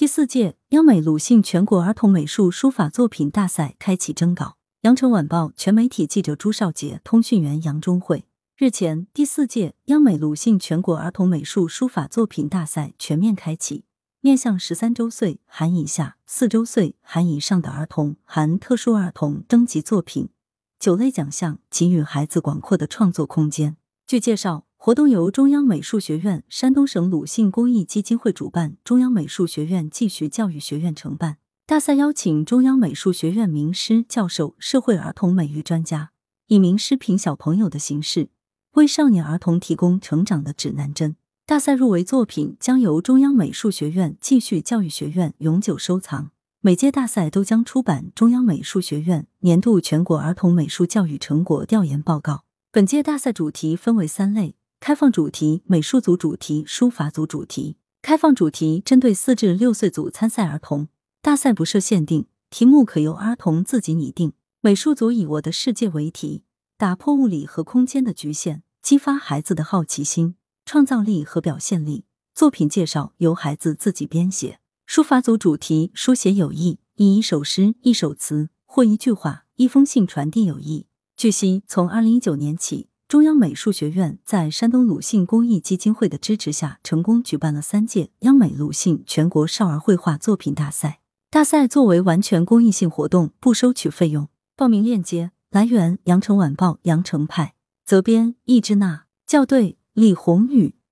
第4届央美鲁迅全国儿童美术书法作品大赛开启征稿。羊城晚报全媒体记者朱少杰，通讯员杨忠慧。日前，第4届央美鲁迅全国儿童美术书法作品大赛全面开启，面向13周岁含以下、4周岁含以上的儿童含特殊儿童征集作品，9类奖项，给予孩子广阔的创作空间。据介绍，活动由中央美术学院、山东省鲁迅公益基金会主办，中央美术学院继续教育学院承办。大赛邀请中央美术学院名师、教授、社会儿童美育专家，以名师评小朋友的形式，为少年儿童提供成长的指南针。大赛入围作品将由中央美术学院继续教育学院永久收藏。每届大赛都将出版中央美术学院年度全国儿童美术教育成果调研报告。本届大赛主题分为3类：开放主题、美术组主题、书法组主题。开放主题针对4至6岁组参赛儿童，大赛不设限定，题目可由儿童自己拟定。美术组以我的世界为题，打破物理和空间的局限，激发孩子的好奇心、创造力和表现力。作品介绍由孩子自己编写。书法组主题书写友谊，以一首诗、一首词或一句话、一封信传递友谊。据悉，从2019年起，中央美术学院在山东鲁迅公益基金会的支持下，成功举办了3届央美鲁迅全国少儿绘画作品大赛。大赛作为完全公益性活动，不收取费用。报名链接来源：羊城晚报羊城派，责编：易之娜，校对：李红宇。